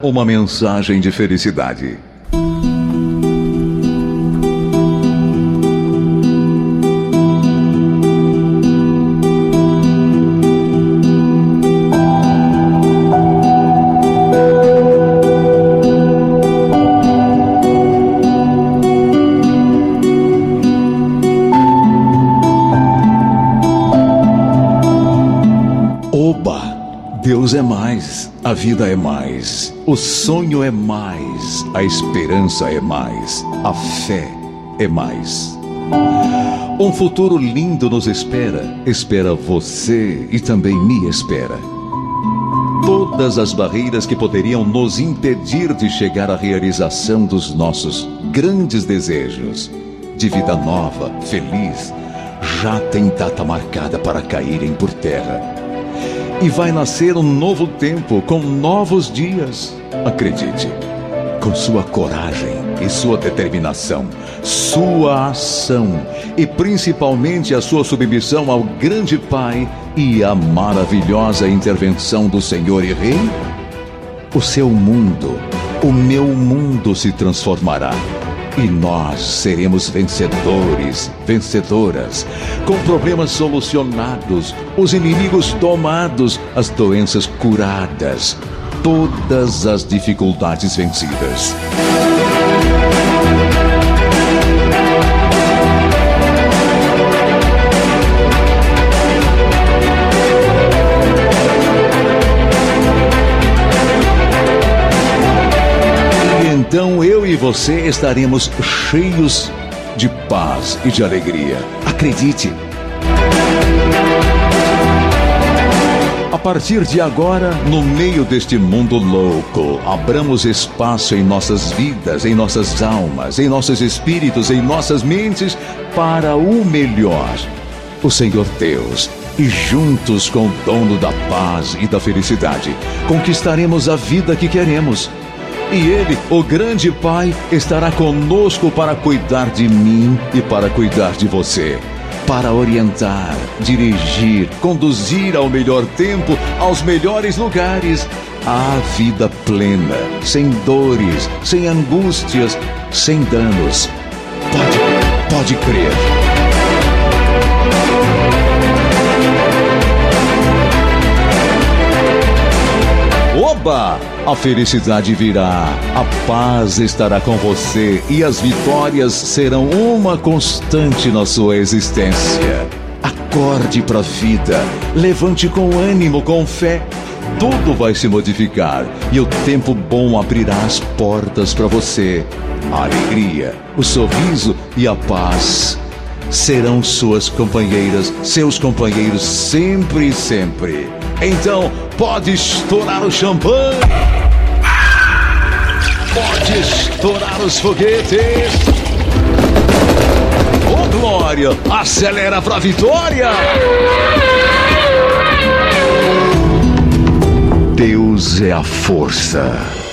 uma mensagem de felicidade. Oba! Deus é mais, a vida é mais, o sonho é mais, a esperança é mais, a fé é mais. Um futuro lindo nos espera você e também me espera. Todas as barreiras que poderiam nos impedir de chegar à realização dos nossos grandes desejos de vida nova, feliz, já tem data marcada para caírem por terra. E vai nascer um novo tempo com novos dias. Acredite, com sua coragem e sua determinação, sua ação e principalmente a sua submissão ao grande Pai e a maravilhosa intervenção do Senhor e Rei, o seu mundo, o meu mundo se transformará. E nós seremos vencedores, vencedoras, com problemas solucionados, os inimigos domados, as doenças curadas, todas as dificuldades vencidas. Então eu e você estaremos cheios de paz e de alegria. Acredite! A partir de agora, no meio deste mundo louco, abramos espaço em nossas vidas, em nossas almas, em nossos espíritos, em nossas mentes, para o melhor, o Senhor Deus. E juntos com o dono da paz e da felicidade, conquistaremos a vida que queremos. E Ele, o grande Pai, estará conosco para cuidar de mim e para cuidar de você. Para orientar, dirigir, conduzir ao melhor tempo, aos melhores lugares. À vida plena, sem dores, sem angústias, sem danos. Pode crer. Oba! A felicidade virá, a paz estará com você e as vitórias serão uma constante na sua existência. Acorde para a vida, levante com ânimo, com fé. Tudo vai se modificar e o tempo bom abrirá as portas para você. A alegria, o sorriso e a paz serão suas companheiras, seus companheiros sempre e sempre. Então, pode estourar o champanhe, pode estourar os foguetes. Ô glória, acelera pra vitória! Deus é a força.